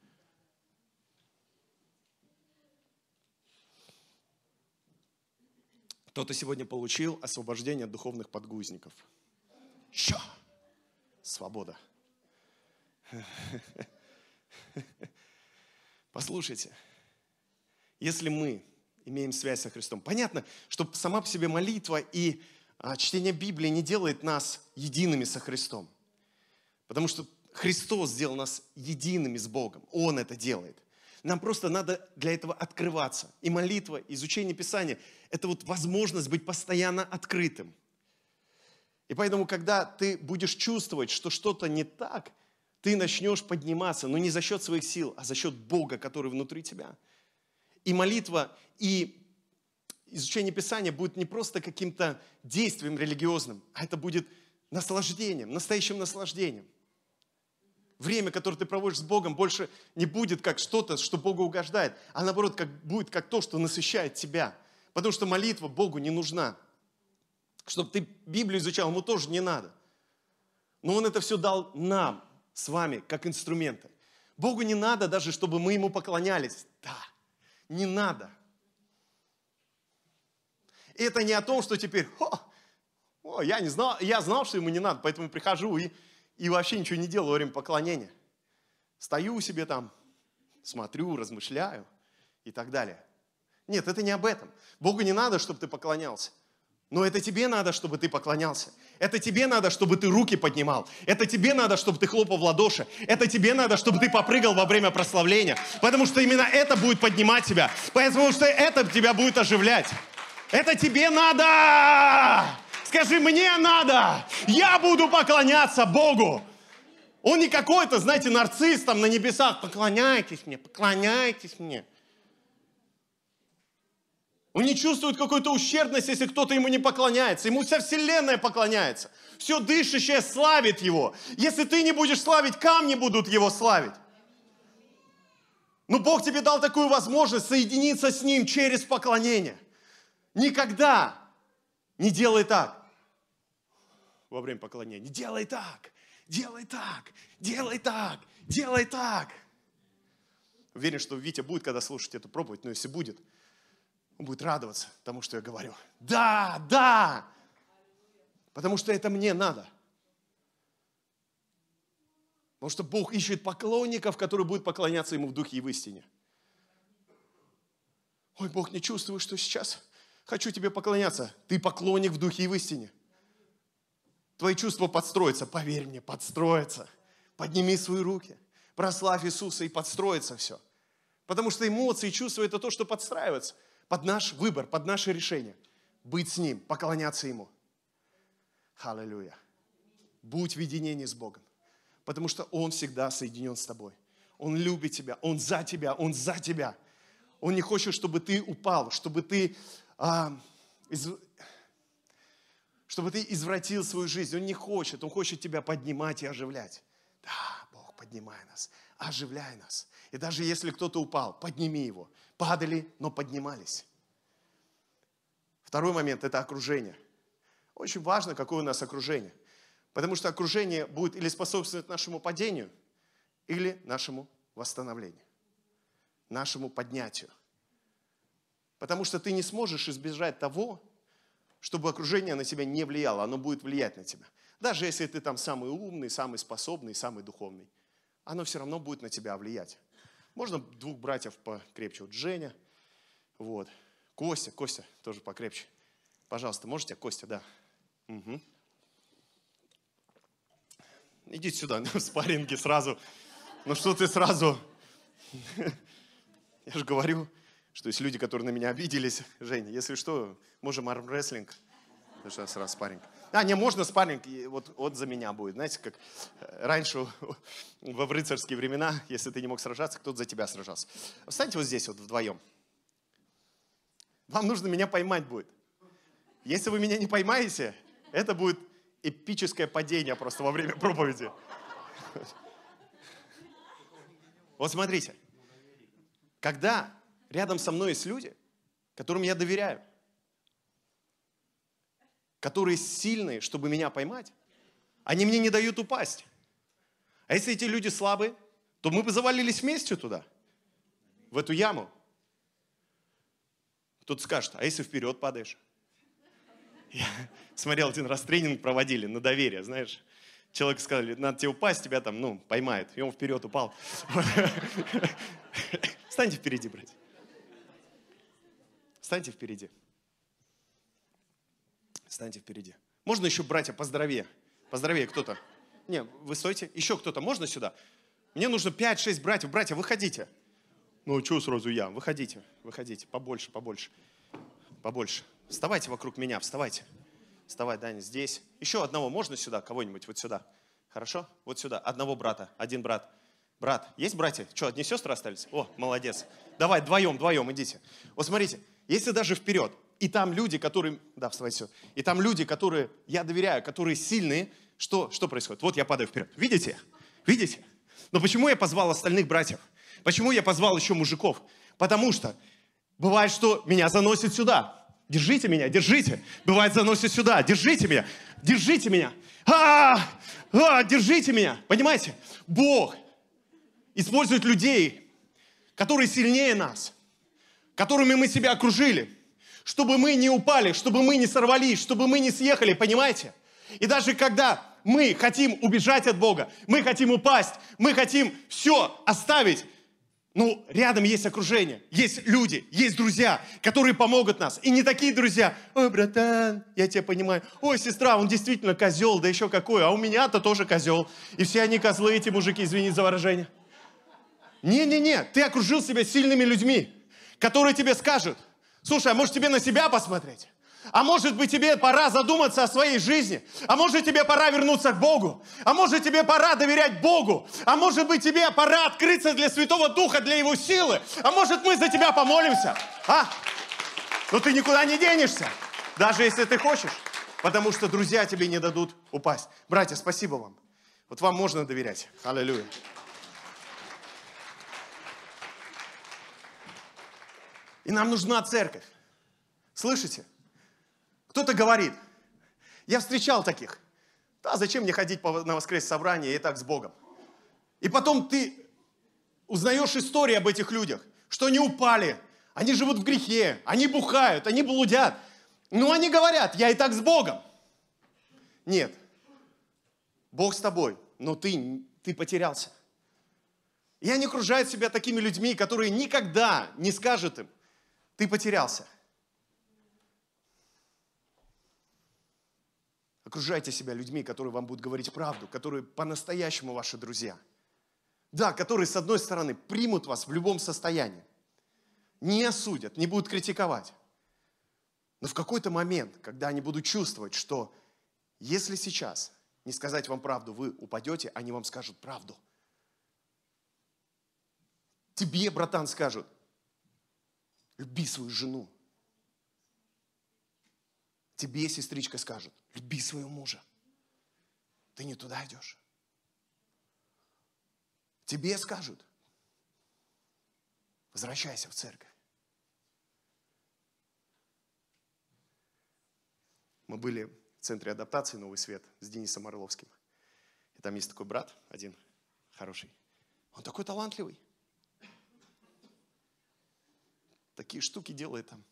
Кто-то сегодня получил освобождение от духовных подгузников. Что? Свобода. Послушайте, если мы имеем связь со Христом, понятно, что сама по себе молитва и чтение Библии не делает нас едиными со Христом. Потому что Христос сделал нас едиными с Богом. Он это делает. Нам просто надо для этого открываться. И молитва, изучение Писания – это вот возможность быть постоянно открытым. И поэтому, когда ты будешь чувствовать, что что-то не так, ты начнешь подниматься, но не за счет своих сил, а за счет Бога, который внутри тебя. И молитва, и изучение Писания будет не просто каким-то действием религиозным, а это будет наслаждением, настоящим наслаждением. Время, которое ты проводишь с Богом, больше не будет как что-то, что Богу угождает, а наоборот, будет как то, что насыщает тебя. Потому что молитва Богу не нужна. Чтобы ты Библию изучал, ему тоже не надо. Но Он это все дал нам, с вами, как инструменты. Богу не надо даже, чтобы мы Ему поклонялись. Да, не надо. И это не о том, что теперь, я не знал, я знал, что Ему не надо, поэтому прихожу и вообще ничего не делаю во время поклонения. Стою себе там, смотрю, размышляю и так далее. Нет, это не об этом. Богу не надо, чтобы ты поклонялся. Но это тебе надо, чтобы ты поклонялся. Это тебе надо, чтобы ты руки поднимал. Это тебе надо, чтобы ты хлопал в ладоши. Это тебе надо, чтобы ты попрыгал во время прославления. Потому что именно это будет поднимать тебя. Потому что это тебя будет оживлять. Это тебе надо! Скажи, мне надо! Я буду поклоняться Богу! Он не какой-то, знаете, нарцисс там на небесах. Поклоняйтесь мне, поклоняйтесь мне. Он не чувствует какой-то ущербности, если кто-то ему не поклоняется. Ему вся вселенная поклоняется. Все дышащее славит его. Если ты не будешь славить, камни будут его славить. Но Бог тебе дал такую возможность соединиться с Ним через поклонение. Никогда не делай так во время поклонения. Не делай так. делай так, делай так, делай так. Уверен, что Витя будет, когда слушать эту проповедь, но если будет, он будет радоваться тому, что я говорю. Да, да, потому что это мне надо. Потому что Бог ищет поклонников, которые будут поклоняться Ему в духе и в истине. Ой, Бог, не чувствую, что сейчас хочу Тебе поклоняться. Ты поклонник в духе и в истине. Твои чувства подстроятся, поверь мне, подстроятся. Подними свои руки, прославь Иисуса и подстроится все. Потому что эмоции и чувства – это то, что подстраивается под наш выбор, под наше решение. Быть с Ним, поклоняться Ему. Аллилуйя. Будь в единении с Богом. Потому что Он всегда соединен с тобой. Он любит тебя, Он за тебя, Он за тебя. Он не хочет, чтобы ты упал, чтобы ты извратил свою жизнь. Он не хочет. Он хочет тебя поднимать и оживлять. Да, Бог, поднимай нас, оживляй нас. И даже если кто-то упал, подними его. Падали, но поднимались. Второй момент – это окружение. Очень важно, какое у нас окружение. Потому что окружение будет или способствовать нашему падению, или нашему восстановлению, нашему поднятию. Потому что ты не сможешь избежать того, чтобы окружение на тебя не влияло, оно будет влиять на тебя. Даже если ты там самый умный, самый способный, самый духовный, оно все равно будет на тебя влиять. Можно двух братьев покрепче. Вот Женя, вот. Костя тоже покрепче. Пожалуйста, можете? Костя, да. Угу. Идите сюда, в спарринге сразу. Ну что ты сразу? Я же говорю, что есть люди, которые на меня обиделись. Женя, если что, можем армрестлинг. Потому что сразу спарринг. Не, можно спарринг, вот за меня будет. Знаете, как раньше во рыцарские времена, если ты не мог сражаться, кто-то за тебя сражался. Встаньте вот здесь вот вдвоем. Вам нужно меня поймать будет. Если вы меня не поймаете, это будет эпическое падение просто во время проповеди. Вот смотрите. Когда рядом со мной есть люди, которым я доверяю, которые сильные, чтобы меня поймать, они мне не дают упасть. А если эти люди слабые, то мы бы завалились вместе туда, в эту яму. Кто-то скажет, а если вперед падаешь? Я смотрел один раз тренинг проводили на доверие, знаешь. Человеку сказали, надо тебе упасть, тебя там, поймают. И он вперед упал. Встаньте впереди, братья. Встаньте впереди. Встаньте впереди. Можно еще, братья, поздоровее? Поздоровее кто-то. Не, вы стойте. Еще кто-то. Можно сюда? Мне нужно 5-6 братьев. Братья, выходите. Ну, что сразу я? Выходите. Побольше. Побольше. Вставайте вокруг меня, вставайте. Вставай, Даня, здесь. Еще одного можно сюда, кого-нибудь вот сюда? Хорошо? Вот сюда. Одного брата. Один брат. Брат, есть братья? Что, одни сестры остались? О, молодец. Давай, вдвоем идите. Вот смотрите, если даже вперед, и там люди, которые... Да, вставайте сюда. И там люди, которые я доверяю, которые сильные, что происходит? Вот я падаю вперед. Видите? Но почему я позвал остальных братьев? Почему я позвал еще мужиков? Потому что бывает, что меня заносит сюда. Держите меня, держите. Бывает, заносит сюда. Держите меня. Держите меня. Держите меня. Понимаете? Бог использует людей, которые сильнее нас, которыми мы себя окружили, чтобы мы не упали, чтобы мы не сорвались, чтобы мы не съехали, понимаете? И даже когда мы хотим убежать от Бога, мы хотим упасть, мы хотим все оставить, рядом есть окружение, есть люди, есть друзья, которые помогут нас. И не такие друзья, ой, братан, я тебя понимаю, ой, сестра, он действительно козел, да еще какой, а у меня-то тоже козел. И все они козлы, эти мужики, извини за выражение. Не, ты окружил себя сильными людьми, которые тебе скажут, слушай, а может тебе на себя посмотреть? А может быть тебе пора задуматься о своей жизни? А может тебе пора вернуться к Богу? А может тебе пора доверять Богу? А может быть тебе пора открыться для Святого Духа, для Его силы? А может мы за тебя помолимся? Но ты никуда не денешься, даже если ты хочешь, потому что друзья тебе не дадут упасть. Братья, спасибо вам. Вот вам можно доверять. Аллилуйя. И нам нужна церковь. Слышите? Кто-то говорит, я встречал таких. Да, зачем мне ходить на воскресное собрание, я и так с Богом. И потом ты узнаешь истории об этих людях, что они упали, они живут в грехе, они бухают, они блудят. Но они говорят, я и так с Богом. Нет, Бог с тобой, но ты потерялся. И они окружают себя такими людьми, которые никогда не скажут им, ты потерялся. Окружайте себя людьми, которые вам будут говорить правду, которые по-настоящему ваши друзья. Да, которые, с одной стороны, примут вас в любом состоянии, не осудят, не будут критиковать. Но в какой-то момент, когда они будут чувствовать, что если сейчас не сказать вам правду, вы упадете, они вам скажут правду. Тебе, братан, скажут, люби свою жену. Тебе, сестричка, скажут, люби своего мужа. Ты не туда идешь. Тебе скажут, возвращайся в церковь. Мы были в центре адаптации «Новый свет» с Денисом Орловским. И там есть такой брат, один хороший. Он такой талантливый. Такие штуки делает там.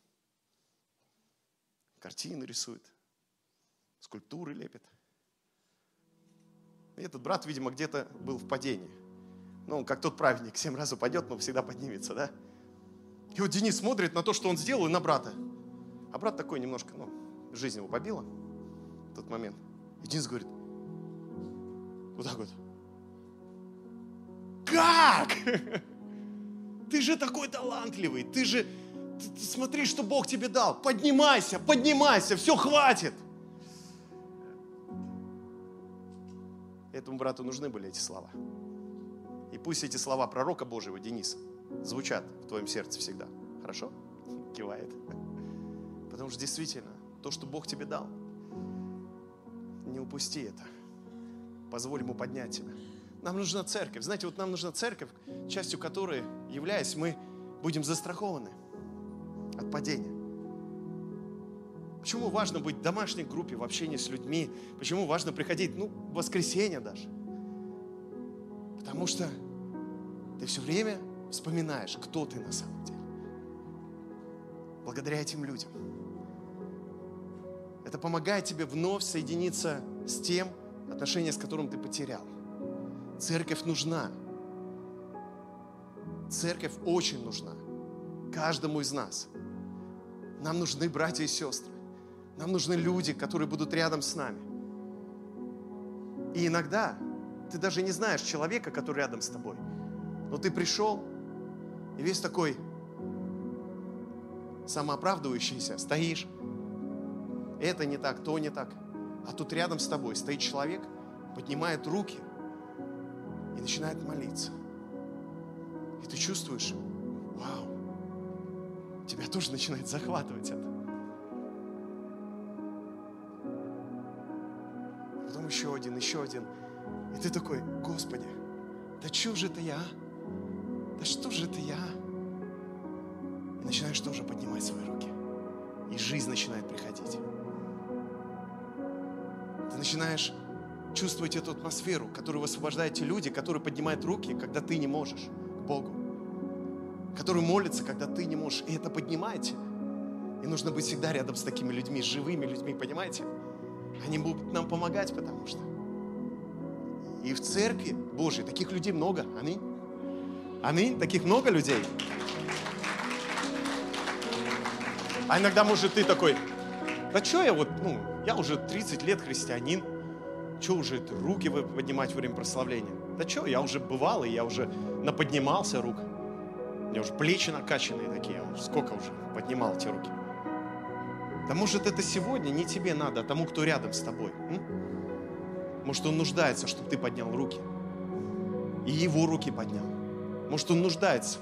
Картины рисует, скульптуры лепит. И этот брат, видимо, где-то был в падении. Ну, он как тот праведник, 7 раз упадет, но всегда поднимется, да? И вот Денис смотрит на то, что он сделал, и на брата. А брат такой немножко, жизнь его побила в тот момент. И Денис говорит, вот так вот. Как? Ты же такой талантливый, ты смотри, что Бог тебе дал. Поднимайся, поднимайся, все, хватит. Этому брату нужны были эти слова. И пусть эти слова пророка Божьего, Дениса, звучат в твоем сердце всегда. Хорошо? Кивает. Потому что действительно, то, что Бог тебе дал, не упусти это. Позволь Ему поднять тебя. Нам нужна церковь. Знаете, вот нам нужна церковь, частью которой, являясь, мы будем застрахованы от падения. Почему важно быть в домашней группе, в общении с людьми? Почему важно приходить, в воскресенье даже? Потому что ты все время вспоминаешь, кто ты на самом деле. Благодаря этим людям. Это помогает тебе вновь соединиться с тем, отношения с которым ты потерял. Церковь нужна. Церковь очень нужна. Каждому из нас. Нам нужны братья и сестры. Нам нужны люди, которые будут рядом с нами. И иногда ты даже не знаешь человека, который рядом с тобой. Но ты пришел, и весь такой самооправдывающийся, стоишь. Это не так, то не так. А тут рядом с тобой стоит человек, поднимает руки и начинает молиться. И ты чувствуешь, вау, тебя тоже начинает захватывать это. Потом еще один. И ты такой, Господи, да что же это я? Да что же это я? И начинаешь тоже поднимать свои руки. И жизнь начинает приходить. Ты начинаешь чувствовать эту атмосферу, которую высвобождают те люди, которые поднимают руки, когда ты не можешь, к Богу. Которые молятся, когда ты не можешь. И это поднимает тебя. И нужно быть всегда рядом с такими людьми, с живыми людьми, понимаете? Они будут нам помогать, потому что. И в церкви Божьей таких людей много. Аминь. Аминь. Таких много людей. А иногда, может, ты такой, да что я я уже 30 лет христианин. Что уже руки поднимать во время прославления? Да что, я уже бывалый, я уже наподнимался рук. У меня уже плечи накачанные такие. Я сколько уже поднимал эти руки. Да может, это сегодня не тебе надо, а тому, кто рядом с тобой. Может, он нуждается, чтобы ты поднял руки. И его руки поднял. Может, он нуждается.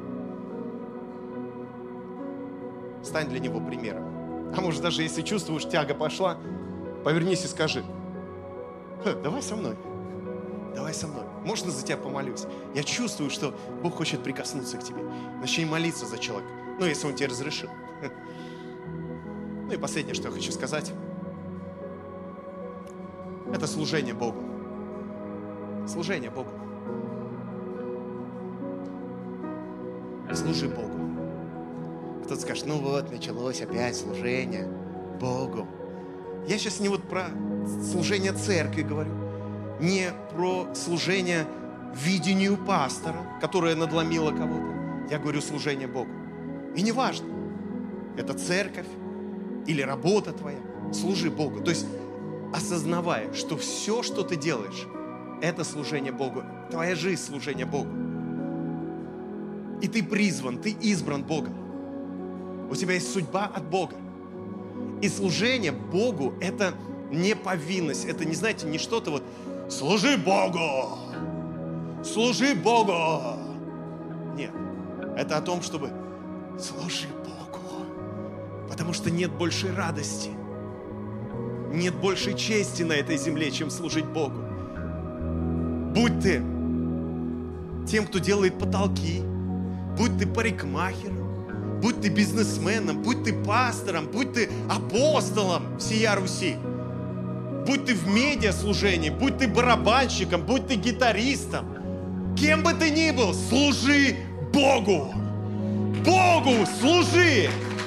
Стань для него примером. А может, даже если чувствуешь, тяга пошла, повернись и скажи, давай со мной. Давай со мной. Можно за тебя помолюсь? Я чувствую, что Бог хочет прикоснуться к тебе. Начни молиться за человека. Если он тебе разрешил. И последнее, что я хочу сказать. Это служение Богу. Служение Богу. Служи Богу. Кто-то скажет, ну вот, началось опять служение Богу. Я сейчас не вот про служение церкви говорю, не про служение видению пастора, которое надломило кого-то. Я говорю служение Богу. И неважно, это церковь или работа твоя, служи Богу. То есть осознавая, что все, что ты делаешь, это служение Богу. Твоя жизнь — служение Богу. И ты призван, ты избран Богом. У тебя есть судьба от Бога. И служение Богу — это не повинность, это не, знаете, не что-то вот «служи Богу! Служи Богу!» Нет, это о том, чтобы служи Богу, потому что нет большей радости, нет большей чести на этой земле, чем служить Богу. Будь ты тем, кто делает потолки, будь ты парикмахером, будь ты бизнесменом, будь ты пастором, будь ты апостолом всея Руси, будь ты в медиаслужении, будь ты барабанщиком, будь ты гитаристом, кем бы ты ни был, служи Богу! Богу служи!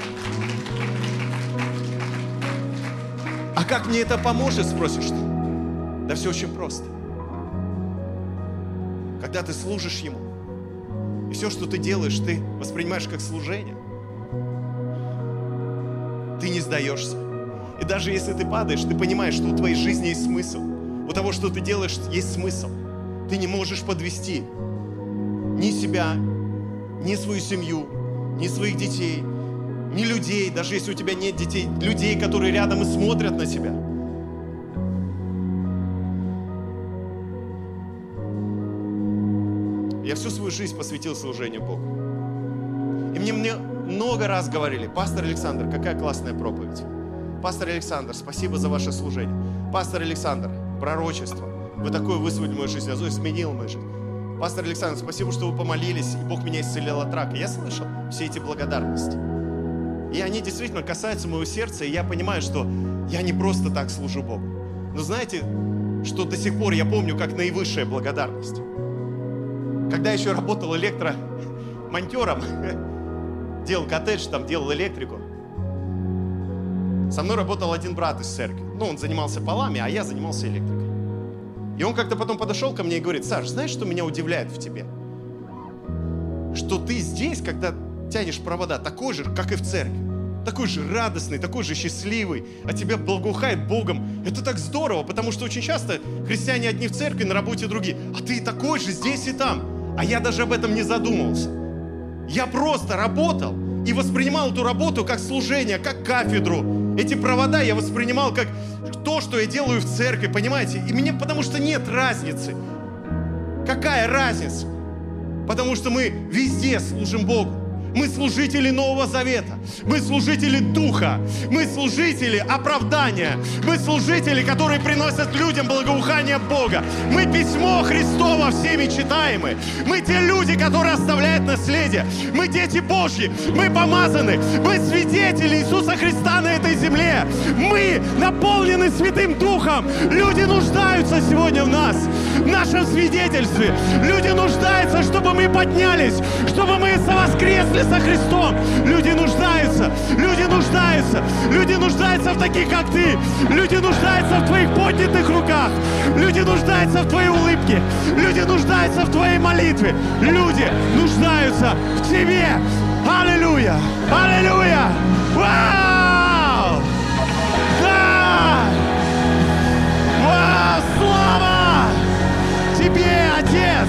А как мне это поможет, спросишь ты? Да все очень просто. Когда ты служишь Ему, и все, что ты делаешь, ты воспринимаешь как служение, ты не сдаешься. И даже если ты падаешь, ты понимаешь, что у твоей жизни есть смысл. У того, что ты делаешь, есть смысл. Ты не можешь подвести ни себя, ни свою семью, ни своих детей, ни людей, даже если у тебя нет детей, людей, которые рядом и смотрят на тебя. Я всю свою жизнь посвятил служению Богу. И мне много раз говорили: пастор Александр, какая классная проповедь. Пастор Александр, спасибо за ваше служение. Пастор Александр, пророчество. Вы такое высвоили в мою жизнь, Азой сменил мою жизнь. Пастор Александр, спасибо, что вы помолились, и Бог меня исцелил от рака. Я слышал все эти благодарности. И они действительно касаются моего сердца, и я понимаю, что я не просто так служу Богу. Но знаете, что до сих пор я помню как наивысшая благодарность? Когда я еще работал электромонтером, делал коттедж, там делал электрику, со мной работал один брат из церкви. Ну, он занимался полами, а я занимался электрикой. И он как-то потом подошел ко мне и говорит: Саш, знаешь, что меня удивляет в тебе? Что ты здесь, когда тянешь провода, такой же, как и в церкви. Такой же радостный, такой же счастливый, а тебя благоухает Богом. Это так здорово, потому что очень часто христиане одни в церкви, на работе другие. А ты такой же здесь и там. А я даже об этом не задумывался. Я просто работал и воспринимал эту работу как служение, как кафедру. Эти провода я воспринимал как то, что я делаю в церкви, понимаете? И мне, потому что нет разницы. Какая разница? Потому что мы везде служим Богу. Мы служители Нового Завета. Мы служители Духа. Мы служители оправдания. Мы служители, которые приносят людям благоухание Бога. Мы письмо Христово всеми читаемые. Мы те люди, которые оставляют наследие. Мы дети Божьи. Мы помазаны. Мы свидетели Иисуса Христа на этой земле. Мы наполнены Святым Духом. Люди нуждаются сегодня в нас, в нашем свидетельстве. Люди нуждаются, чтобы мы поднялись, чтобы мы совоскресли со Христом. Люди нуждаются, люди нуждаются, люди нуждаются в таких, как ты. Люди нуждаются в твоих поднятых руках. Люди нуждаются в твоей улыбке. Люди нуждаются в твоей молитве. Люди нуждаются в тебе. Аллилуйя! Аллилуйя! Вау! Да! Вау! Слава тебе, Отец!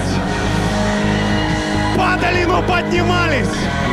Падали, но поднимались.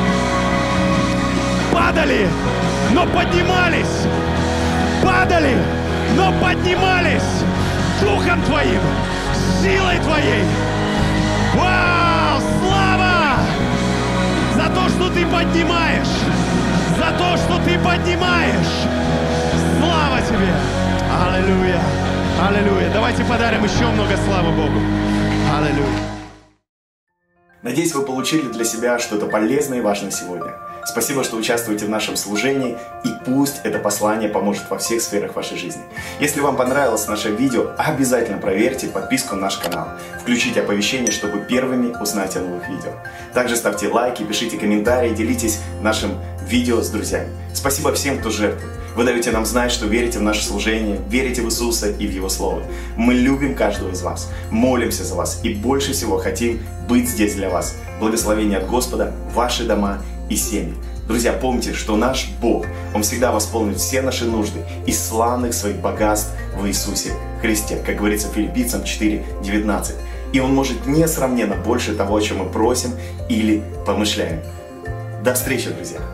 Падали, но поднимались. Падали, но поднимались. Духом Твоим, силой Твоей. Вау! Слава! За то, что Ты поднимаешь. За то, что Ты поднимаешь. Слава Тебе! Аллилуйя! Аллилуйя! Давайте подарим еще много славы Богу. Аллилуйя! Надеюсь, вы получили для себя что-то полезное и важное сегодня. Спасибо, что участвуете в нашем служении, и пусть это послание поможет во всех сферах вашей жизни. Если вам понравилось наше видео, обязательно проверьте подписку на наш канал. Включите оповещения, чтобы первыми узнать о новых видео. Также ставьте лайки, пишите комментарии, делитесь нашим видео с друзьями. Спасибо всем, кто жертвует. Вы даете нам знать, что верите в наше служение, верите в Иисуса и в Его Слово. Мы любим каждого из вас, молимся за вас и больше всего хотим быть здесь для вас. Благословение от Господа, ваши дома и семьи. Друзья, помните, что наш Бог, Он всегда восполнит все наши нужды из славных своих богатств в Иисусе Христе, как говорится в Филиппийцам 4:19. И Он может несравненно больше того, о чем мы просим или помышляем. До встречи, друзья!